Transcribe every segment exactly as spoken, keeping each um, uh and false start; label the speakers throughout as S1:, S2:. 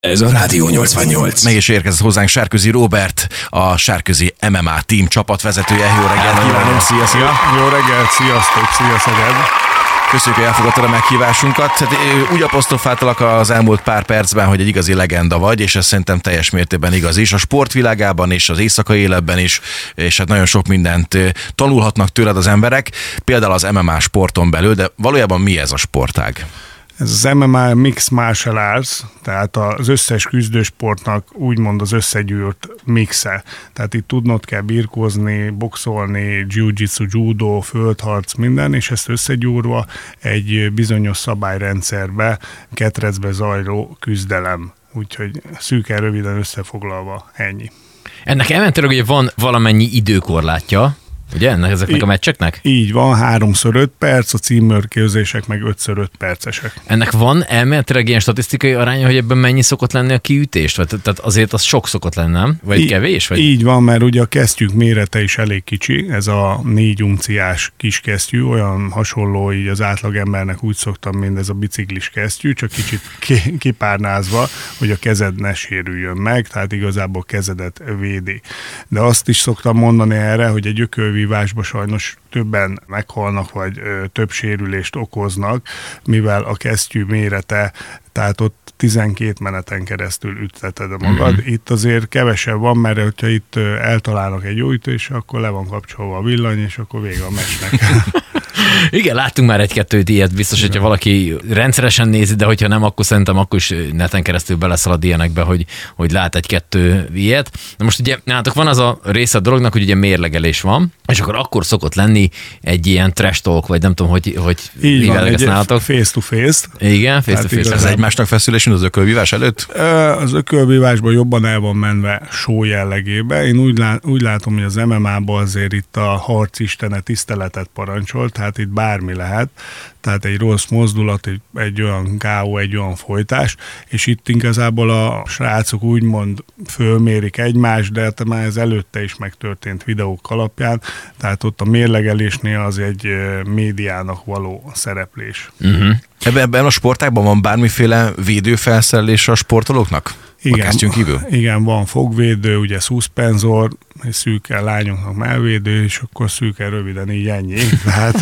S1: Ez a Rádió nyolcvannyolc.
S2: Meg is érkezett hozzánk Sárközi Róbert, a Sárközi em em á Team csapatvezetője. Jó reggelt kívánunk, szia, szia!
S3: Jó reggelt, sziasztok, szia Szeged!
S2: Köszönjük, hogy elfogadtad a meghívásunkat. Úgy apostrofáltalak az elmúlt pár percben, hogy egy igazi legenda vagy, és ez szerintem teljes mértékben igaz is. A sportvilágában is, az éjszakai életben is, és hát nagyon sok mindent tanulhatnak tőled az emberek, például az em em á sporton belül, de valójában mi ez a sportág?
S3: Ez az em em á Mixed Martial Arts, tehát az összes küzdősportnak úgymond az összegyűrt mixe. Tehát itt tudnod kell birkózni, boxolni, jiu-jitsu, judo, földharc, minden, és ezt összegyúrva egy bizonyos szabályrendszerbe, ketrecbe zajló küzdelem. Úgyhogy szűken, röviden összefoglalva ennyi.
S4: Ennek emeltőleg ugye van valamennyi időkorlátja, ugye, ennek, ezeknek I- a meccseknek?
S3: Így van, háromszor öt perc, a címmörkőzések meg ötször öt percesek.
S4: Ennek van elméletileg ilyen statisztikai aránya, hogy ebben mennyi szokott lenni a kiütés? Vagy, tehát azért az sok szokott lenni, nem? Vagy I- kevés? Vagy?
S3: Így van, mert ugye a kesztyűk mérete is elég kicsi, ez a négy unciás kis kesztyű, olyan hasonló így az átlagembernek, úgy szoktam, mint ez a biciklis kesztyű, csak kicsit ki- kipárnázva, hogy a kezed ne sérüljön meg, tehát igazából kezedet védi. De azt is szoktam mondani erre, hogy egy ökölvívásban sajnos többen meghalnak, vagy ö, több sérülést okoznak, mivel a kesztyű mérete, tehát ott tizenkét meneten keresztül ütteted a magad. Mm-hmm. Itt azért kevesebb van, mert hogyha itt ö, eltalálnak egy jó ütést, akkor le van kapcsolva a villany, és akkor vége a meccsnek.
S4: Igen, láttunk már egy-kettőt ilyet, biztos, hogyha valaki rendszeresen nézi, de hogyha nem, akkor szerintem akkor is neten keresztül beleszalad ilyenekbe, hogy, hogy lát egy-kettő ilyet. Na most ugye, nálatok van az a része a dolognak, hogy ugye mérlegelés van, és akkor akkor szokott lenni egy ilyen trash talk, vagy nem tudom, hogy, hogy
S3: így van, egy
S4: nálatok.
S3: face-to-face.
S4: Igen, face-to-face.
S2: Ez egymásnak feszülés, mint az ökölvívás előtt?
S3: Az ökölvívásban jobban el van menve show jellegébe. Én úgy, lá- úgy látom, hogy az em em á-ban azért itt a harc istene tiszteletet parancsolt, tehát itt bármi lehet, tehát egy rossz mozdulat, egy, egy olyan ká ó, egy olyan folytás, és itt igazából a srácok úgymond fölmérik egymást, de már ez előtte is megtörtént videók alapján, tehát ott a mérlegelésnél az egy médiának való szereplés.
S4: Uh-huh.
S2: Ebben, ebben a sportágban van bármiféle védőfelszerelés a sportolóknak?
S3: Igen,
S2: kívül?
S3: igen, van fogvédő, ugye szuszpenzor, egy szűkkel lányoknak mellvédő, és akkor szűkkel röviden így ennyi. Tehát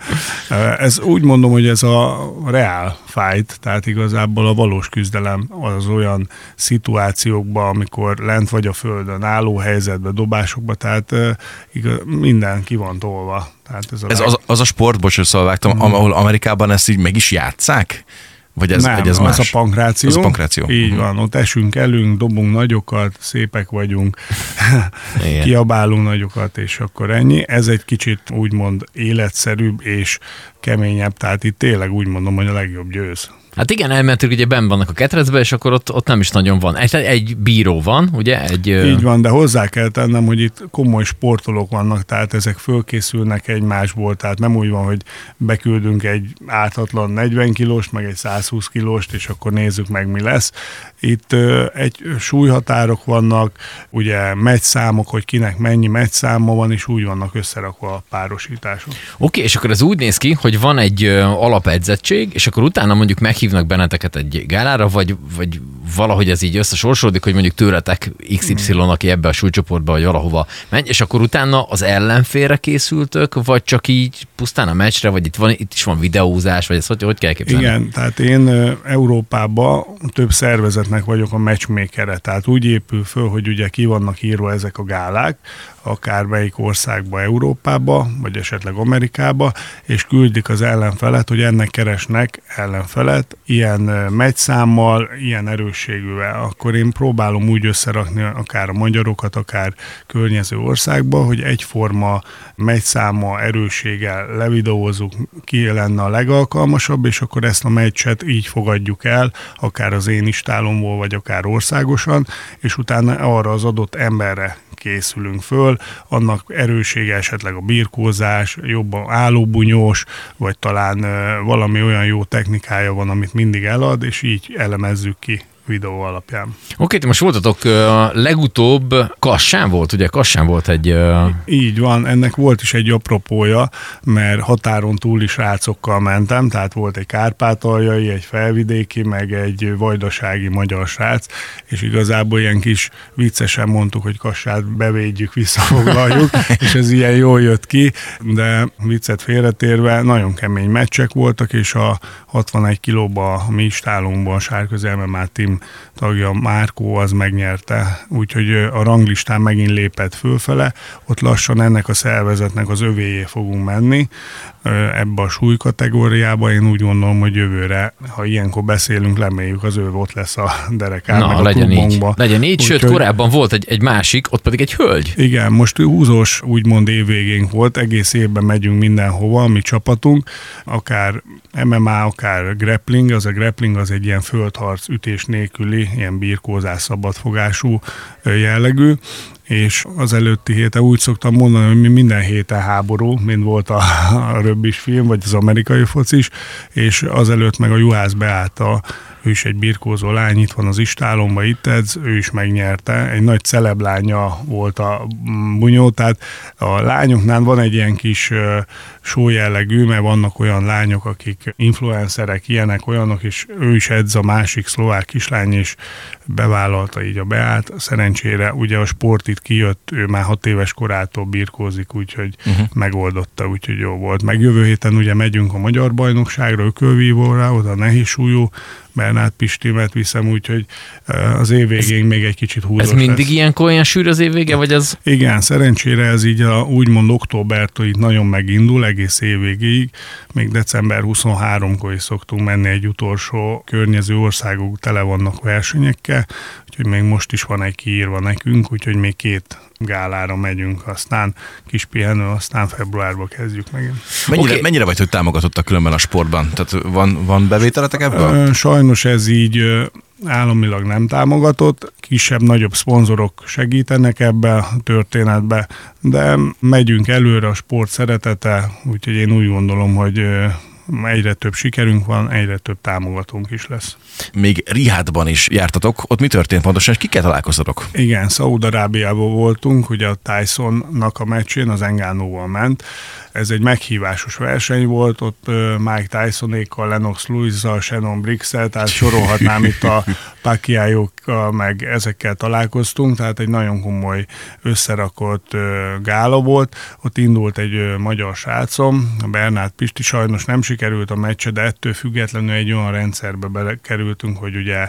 S3: ez úgy mondom, hogy ez a real fight, tehát igazából a valós küzdelem az olyan szituációkban, amikor lent vagy a földön, álló helyzetben, dobásokban, tehát igaz, minden ki van tolva. Tehát ez a
S2: ez
S3: leg...
S2: az, az a sport, bocs, hogy szóval vágtam, mm. ahol Amerikában ezt így meg is játsszák? Vagy ez,
S3: nem,
S2: vagy ez
S3: az
S2: más?
S3: a pankráció.
S2: Az a pankráció.
S3: Így
S2: uh-huh.
S3: van, ott esünk, elünk, dobunk nagyokat, szépek vagyunk, kiabálunk nagyokat, és akkor ennyi. Ez egy kicsit úgymond életszerűbb és keményebb, tehát itt tényleg úgy mondom, hogy a legjobb győz.
S4: Hát igen, elmentük, ugye benn vannak a ketrecbe, és akkor ott, ott nem is nagyon van. Egy, egy bíró van, ugye? Egy,
S3: így van, de hozzá kell tennem, hogy itt komoly sportolók vannak, tehát ezek fölkészülnek egymásból, tehát nem úgy van, hogy beküldünk egy ártatlan negyven kilóst, meg egy száz húsz kilóst, és akkor nézzük meg, mi lesz. Itt ö, egy súlyhatárok vannak, ugye meccsszámok, hogy kinek mennyi meccsszáma van, és úgy vannak összerakva a párosítások.
S4: Oké, okay, és akkor ez úgy néz ki, hogy van egy ö, alapedzettség, és akkor utána mondjuk meghívnak benneteket egy gálára, vagy, vagy valahogy ez így összesorsolódik, hogy mondjuk tőletek iksz ipszilon, aki ebbe a súlycsoportba, vagy valahova menj, és akkor utána az ellenfélre készültök, vagy csak így pusztán a meccsre, vagy itt, van, itt is van videózás, vagy ezt hogy, hogy kell képzelni?
S3: Igen, tehát én Európában több szervezetnek vagyok a matchmakere, tehát úgy épül föl, hogy ugye ki vannak írva ezek a gálák, akármelyik országba, Európába, vagy esetleg Amerikába, és küldik az ellenfelet, hogy ennek keresnek ellenfelet, ilyen meccsszámmal, ilyen erősségűvel. Akkor én próbálom úgy összerakni akár a magyarokat, akár környező országba, hogy egyforma meccsszáma, erősséggel levideózzuk, ki lenne a legalkalmasabb, és akkor ezt a meccset így fogadjuk el, akár az én istálomból, vagy akár országosan, és utána arra az adott emberre készülünk föl, annak erőssége esetleg a birkózás, jobban állóbunyós, vagy talán valami olyan jó technikája van, amit mindig elad, és így elemezzük ki videó alapján.
S4: Oké, ti most voltatok uh, legutóbb Kassán volt, ugye Kassán volt egy... Uh...
S3: Így van, ennek volt is egy apropója, mert határon túli srácokkal mentem, tehát volt egy kárpátaljai, egy felvidéki, meg egy vajdasági magyar srác, és igazából ilyen kis viccesen mondtuk, hogy Kassát bevédjük, visszafoglaljuk, és ez ilyen jól jött ki, de viccet félretérve nagyon kemény meccsek voltak, és a hatvanegy kilóban a mi istálunkban a Sárközi em em á Team tagja Márkó az megnyerte, úgyhogy a ranglistán megint lépett fölfele, ott lassan ennek a szervezetnek az övéjé fogunk menni, ebbe a súlykategóriába. Én úgy gondolom, hogy jövőre, ha ilyenkor beszélünk, reméljük az öv ott lesz a derekán,
S4: Na,
S3: meg a
S4: legyen
S3: klubunkba.
S4: így. Legyen így,
S3: úgy,
S4: sőt,
S3: hogy...
S4: korábban volt egy, egy másik, ott pedig egy hölgy.
S3: Igen, most húzós úgymond évvégénk volt, egész évben megyünk mindenhova, a mi csapatunk, akár em em á, akár grappling, az a grappling az egy ilyen földharc ütés nélküli, ilyen birkózás szabadfogású jellegű, és az előtti héten úgy szoktam mondani, hogy mi minden héten háború, mint volt a, a röbbis film, vagy az amerikai focis, és azelőtt meg a Juhász Beáta, ő is egy birkózó lány, itt van az istálomban, itt edz, ő is megnyerte. Egy nagy celeblánya volt a bunyó, tehát a lányoknál van egy ilyen kis uh, show jellegű, mert vannak olyan lányok, akik influencerek, ilyenek, olyanok, és ő is edz, a másik szlovák kislány, és bevállalta így a Beát. Szerencsére ugye a sport itt kijött, ő már hat éves korától birkózik, úgyhogy uh-huh. megoldotta, úgyhogy jó volt. Meg jövő héten ugye megyünk a magyar bajnokságra, ökölvívóra, oda a nehéz súlyú, Bernát Pistimet viszem, úgyhogy az év végén még egy kicsit húzós
S4: Ez mindig
S3: lesz.
S4: ilyenkor olyan sűrű az év vége, vagy az?
S3: Igen, szerencsére ez így a, úgymond októbertől itt nagyon megindul, egész év végéig. Még december huszonharmadikán is szoktunk menni egy utolsó, környező országok tele vannak versenyekkel, úgyhogy még most is van egy kiírva nekünk, úgyhogy még két gálára megyünk, aztán kis pihenő, aztán februárban kezdjük megint.
S2: Mennyire,
S4: Okay.
S2: mennyire vagytok támogatottak különben a sportban? Tehát van, van bevételetek ebből?
S3: Sajnos ez így államilag nem támogatott, kisebb-nagyobb szponzorok segítenek ebbe a történetbe, de megyünk előre, a sport szeretete, úgyhogy én úgy gondolom, hogy egyre több sikerünk van, egyre több támogatónk is lesz.
S2: Még Rihádban is jártatok, ott mi történt pontosan, és kikkel találkoztatok?
S3: Igen, Szaúd-Arábiában voltunk, ugye a Tysonnak a meccsén, az Ngannouval ment. Ez egy meghívásos verseny volt, ott Mike Tysonékkal, Lennox Lewis-zal, Shannon Briggs-el, tehát sorolhatnám itt a Pacquiao-kkal, meg ezekkel találkoztunk, tehát egy nagyon komoly összerakott gála volt. Ott indult egy magyar srácom, a Bernát Pisti, sajnos nem sikerült a meccse, de ettől függetlenül egy olyan rendszerbe belekerültünk, hogy ugye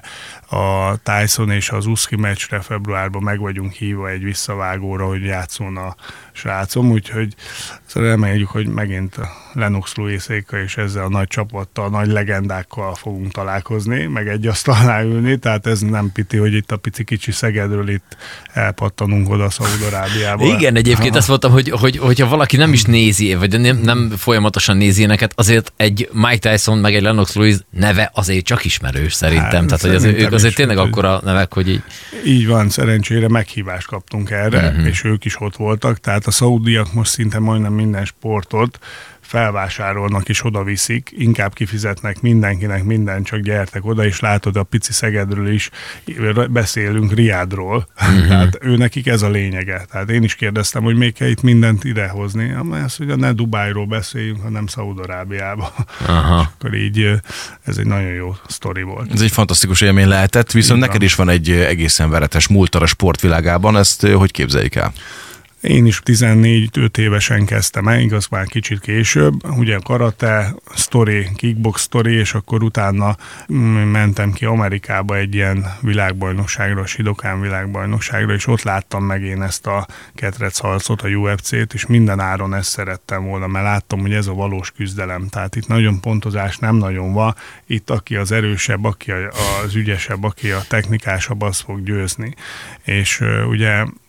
S3: a Tyson és az Usyk meccsre februárban meg vagyunk hívva egy visszavágóra, hogy játszon a srácom, úgyhogy reméljük, hogy megint Lennox Lewis-ékkal és ezzel a nagy csapattal, a nagy legendákkal fogunk találkozni, meg egy asztalnál ülni, tehát ez nem piti, hogy itt a pici kicsi Szegedről itt elpattanunk oda Szaúd-Arábiába.
S4: Igen, egyébként azt mondtam, hogy, hogy, hogyha valaki nem is nézi, vagy nem, nem folyamatosan nézi éneket, azért egy Mike Tyson meg egy Lennox Lewis neve azért csak ismerős szerintem. Hát, Tehát, hogy az, ők azért tényleg akkora nevek, hogy így...
S3: Így van, szerencsére meghívást kaptunk erre, uh-huh. és ők is ott voltak, tehát a szaúdiak most szinte majdnem minden sportot felvásárolnak és oda viszik, inkább kifizetnek mindenkinek mindent, csak gyertek oda, és látod, a pici Szegedről is beszélünk, Riádról, uh-huh. tehát ő nekik ez a lényege. Tehát én is kérdeztem, hogy még kell itt mindent idehozni, amely az, hogy ne Dubájról beszéljünk, hanem Szaúd-Arábiába.
S4: Aha.
S3: És akkor így ez egy nagyon jó sztori volt.
S2: Ez egy fantasztikus élmény lehetett, viszont neked is van egy egészen veretes múltad a sportvilágában, ezt hogy képzeljük el?
S3: Én is tizennégy-öt évesen kezdtem el, igaz már kicsit később, ugye karate, sztori, kickbox sztori, és akkor utána mentem ki Amerikába egy ilyen világbajnokságra, a Sidokán világbajnokságra, és ott láttam meg én ezt a ketrecharcot, a u ef cét, és minden áron ezt szerettem volna, mert láttam, hogy ez a valós küzdelem, tehát itt nagyon pontozás nem nagyon van, itt aki az erősebb, aki az ügyesebb, aki a technikásabb, az fog győzni. És ugye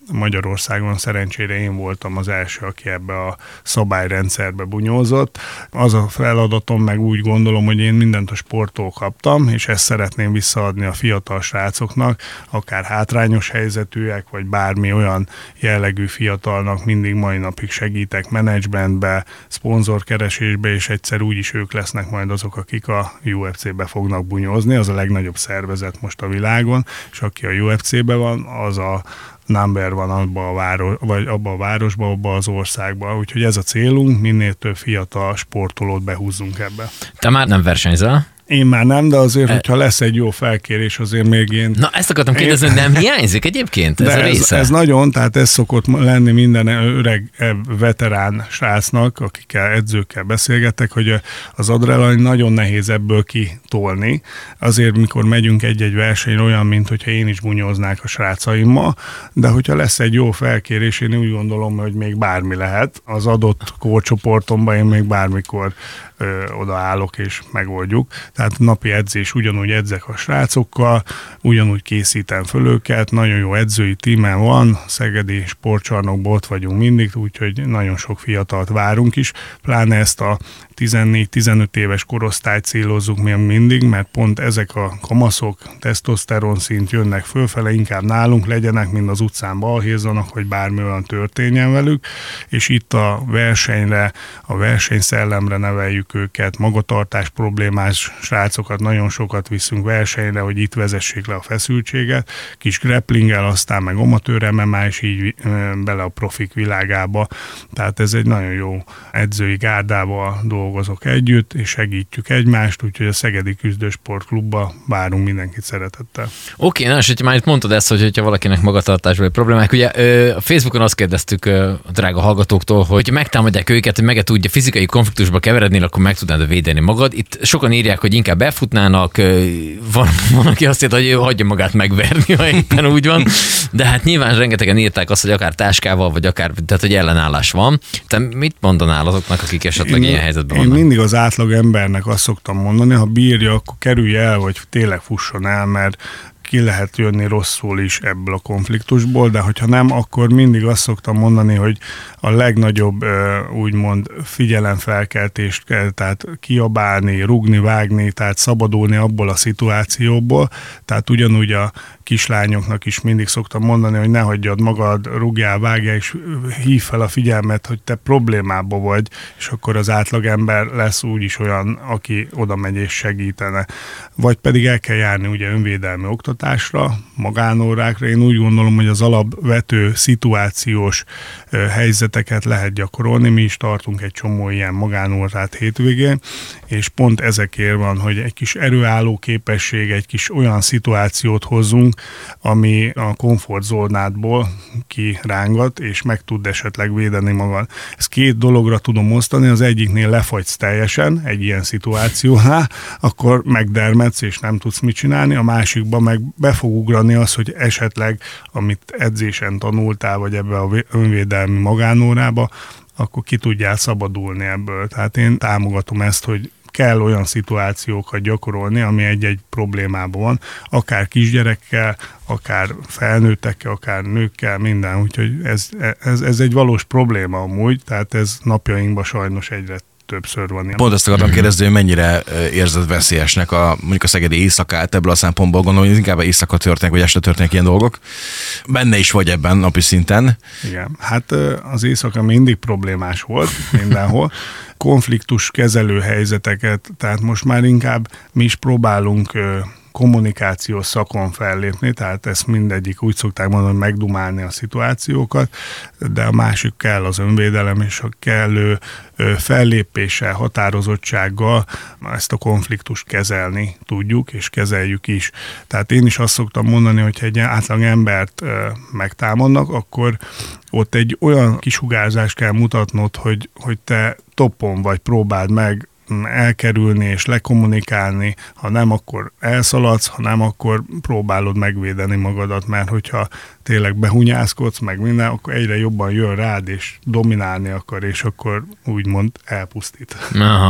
S3: Magyarországon szerencsére én voltam az első, aki ebbe a szabályrendszerbe bunyózott. Az a feladatom, meg úgy gondolom, hogy én mindent a sporttól kaptam, és ezt szeretném visszaadni a fiatal srácoknak, akár hátrányos helyzetűek, vagy bármi olyan jellegű fiatalnak, mindig mai napig segítek menedzsmentbe, szponzorkeresésbe, és egyszer úgyis ők lesznek majd azok, akik a u ef cé-be fognak bunyózni. Az a legnagyobb szervezet most a világon, és aki a u ef cé-be van, az a number van abba a, város, vagy abba a városba, abba az országba. Úgyhogy ez a célunk, minél több fiatal sportolót behúzzunk ebbe.
S4: Te már nem versenyzel?
S3: Én már nem, de azért, hogyha lesz egy jó felkérés, azért még én...
S4: Na, ezt akartam kérdezni, én... hogy nem hiányzik egyébként ez
S3: de
S4: a része?
S3: Ez, ez nagyon, tehát ez szokott lenni minden öreg veterán srácnak, akikkel, edzőkkel beszélgetek, hogy az adrenalin nagyon nehéz ebből kitolni. Azért, mikor megyünk egy-egy versenyre, olyan, mint hogyha én is bunyóznák a srácaimmal, de hogyha lesz egy jó felkérés, én úgy gondolom, hogy még bármi lehet. Az adott kórcsoportomban én még bármikor ö, odaállok és megoldjuk. Tehát napi edzés, ugyanúgy edzek a srácokkal, ugyanúgy készítem föl őket, nagyon jó edzői tímem van, Szegedi Sportcsarnokban ott vagyunk mindig, úgyhogy nagyon sok fiatalt várunk is, pláne ezt a tizennégy-tizenöt éves korosztályt célozzuk még mindig, mert pont ezek a kamaszok, tesztoszteron szint jönnek fölfele, inkább nálunk legyenek, mint az utcán balhézzanak, hogy bármi olyan történjen velük, és itt a versenyre, a versenyszellemre neveljük őket, magatartás problémás srácokat nagyon sokat viszünk versenyre, hogy itt vezessék le a feszültséget, kis grapplinggel, aztán meg amatőr em em á, és így bele a profik világába. Tehát ez egy nagyon jó edzői gárdával dolgozok együtt, és segítjük egymást, úgyhogy a Szegedi Küzdősportklubba várunk mindenkit szeretettel.
S4: Oké, okay, na, és hogyha már itt mondtad ezt, hogy hogyha valakinek magatartásbeli problémák, ugye a Facebookon azt kérdeztük a drága hallgatóktól, hogy megtámadják őket, hogy meg tudja fizikai konfliktusba keveredni, akkor meg tudnád védeni magad. Itt sokan írják, hogy inkább befutnának, van, van aki azt írta, hogy hagyja magát megverni, ha éppen úgy van, de hát nyilván rengetegen írták azt, hogy akár táskával, vagy akár, tehát hogy ellenállás van. Te mit mondanál azoknak, akik esetleg
S3: én,
S4: ilyen helyzetben
S3: én
S4: vannak?
S3: mindig az átlag embernek azt szoktam mondani, ha bírja, akkor kerülj el, vagy tényleg fusson el, mert ki lehet jönni rosszul is ebből a konfliktusból, de hogyha nem, akkor mindig azt szoktam mondani, hogy a legnagyobb úgymond figyelemfelkeltést kell, tehát kiabálni, rugni, vágni, tehát szabadulni abból a szituációból, tehát ugyanúgy a kislányoknak is mindig szoktam mondani, hogy ne hagyjad magad, rúgjál, vágjál, és hív fel a figyelmet, hogy te problémában vagy, és akkor az átlagember lesz úgyis olyan, aki oda megy és segítene. Vagy pedig el kell járni ugye önvédelmi oktatásra, magánórákra. Én úgy gondolom, hogy az alapvető szituációs helyzeteket lehet gyakorolni. Mi is tartunk egy csomó ilyen magánórát hétvégén, és pont ezekért van, hogy egy kis erőálló képesség, egy kis olyan szituációt hozzunk, ami a komfortzónádból kirángat, és meg tud esetleg védeni magad. Ezt két dologra tudom osztani, az egyiknél lefagysz teljesen egy ilyen szituációnál, akkor megdermedsz, és nem tudsz mit csinálni, a másikban meg be fog ugrani az, hogy esetleg, amit edzésen tanultál, vagy ebbe a önvédelmi magánórába, akkor ki tudjál szabadulni ebből. Tehát én támogatom ezt, hogy kell olyan szituációkat gyakorolni, ami egy-egy problémában van, akár kisgyerekkel, akár felnőttekkel, akár nőkkel, minden, úgyhogy ez, ez, ez egy valós probléma amúgy, tehát ez napjainkban sajnos egyre többször van.
S2: Pont ezt akartam kérdezni, hogy mennyire érzed veszélyesnek a, mondjuk a szegedi éjszakát ebből a szempontból, gondolom, hogy inkább éjszaka történnek, vagy este történnek ilyen dolgok. Benne is vagy ebben napi szinten.
S3: Igen, hát az éjszaka mindig problémás volt mindenhol. Konfliktus kezelő helyzeteket, tehát most már inkább mi is próbálunk kommunikációs szakon fellépni, tehát ezt mindegyik úgy szokták mondani, hogy megdumálni a szituációkat, de a másik kell az önvédelem, és a kellő fellépéssel, határozottsággal ezt a konfliktust kezelni tudjuk, és kezeljük is. Tehát én is azt szoktam mondani, hogy egy átlag embert megtámadnak, akkor ott egy olyan kisugárzást kell mutatnod, hogy, hogy te toppon vagy, próbáld meg elkerülni és lekommunikálni, ha nem, akkor elszaladsz, ha nem, akkor próbálod megvédeni magadat, mert hogyha tényleg behunyászkodsz, meg minden, akkor egyre jobban jön rád, és dominálni akar, és akkor úgymond elpusztít.
S4: Aha.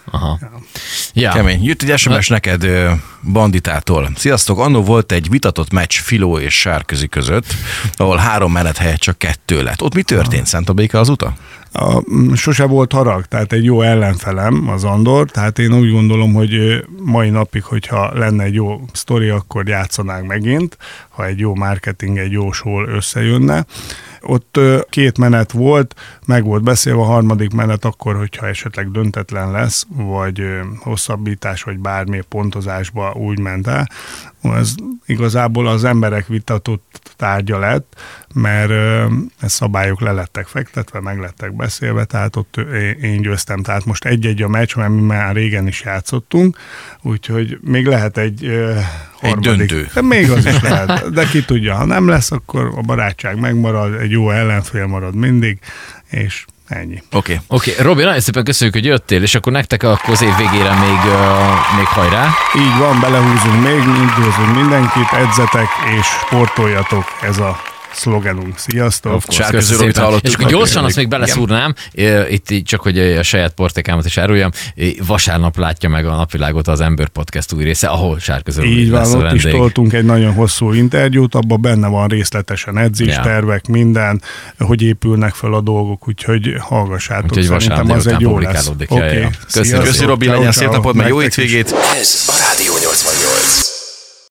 S4: Aha. Ja.
S2: Kemény. Jött egy es em es neked Banditától. Sziasztok, annó volt egy vitatott meccs Filó és Sárközi között, ahol három menet helyett csak kettő lett. Ott mi történt? Szánta Béke az uta?
S3: A, sose volt harag, tehát egy jó ellenfelem az Andor, tehát én úgy gondolom, hogy mai napig, hogyha lenne egy jó sztori, akkor játszanánk megint, ha egy jó marketing, egy jó show összejönne. Ott két menet volt, meg volt beszélve, a harmadik menet akkor, hogyha esetleg döntetlen lesz, vagy hosszabbítás, vagy bármi pontozásba úgy ment el. Ez igazából az emberek vitatott tárgya lett, mert ez szabályok le lettek fektetve, meg lettek beszélve, tehát ott én győztem. Tehát most egy-egy a meccs, mert mi már régen is játszottunk, úgyhogy még lehet egy harmadik.
S2: Egy döntő.
S3: De még az is lehet, de ki tudja, ha nem lesz, akkor a barátság megmarad, egy jó ellenfél marad mindig, és ennyi.
S2: Oké. Okay.
S4: Oké, okay. Robi, nagyon szépen köszönjük, hogy jöttél, és akkor nektek akkor az év végére még, uh, még hajrá.
S3: Így van, belehúzunk még, üdvözlünk mindenkit, edzetek és sportoljatok, ez a szlogenunk. Sziasztok!
S2: Sárközi Robit hallottuk.
S4: És akkor gyorsan azt még beleszúrnám, itt csak, hogy a saját portékámat is áruljam, vasárnap látja meg a napvilágot az Ember Podcast új része, ahol Sárközi Robit
S3: így van,
S4: lesz a
S3: ott
S4: vendég.
S3: is toltunk egy nagyon hosszú interjút, abban benne van részletesen edzéstervek, ja. minden, hogy épülnek fel a dolgok, úgyhogy hallgassátok,
S4: úgyhogy
S3: szerintem az egy jó lesz.
S4: Oké, okay.
S2: Köszönjük, Robi, legyen szép napod, meg jó hétvégét!
S1: Ez a Rádió nyolcvannyolc.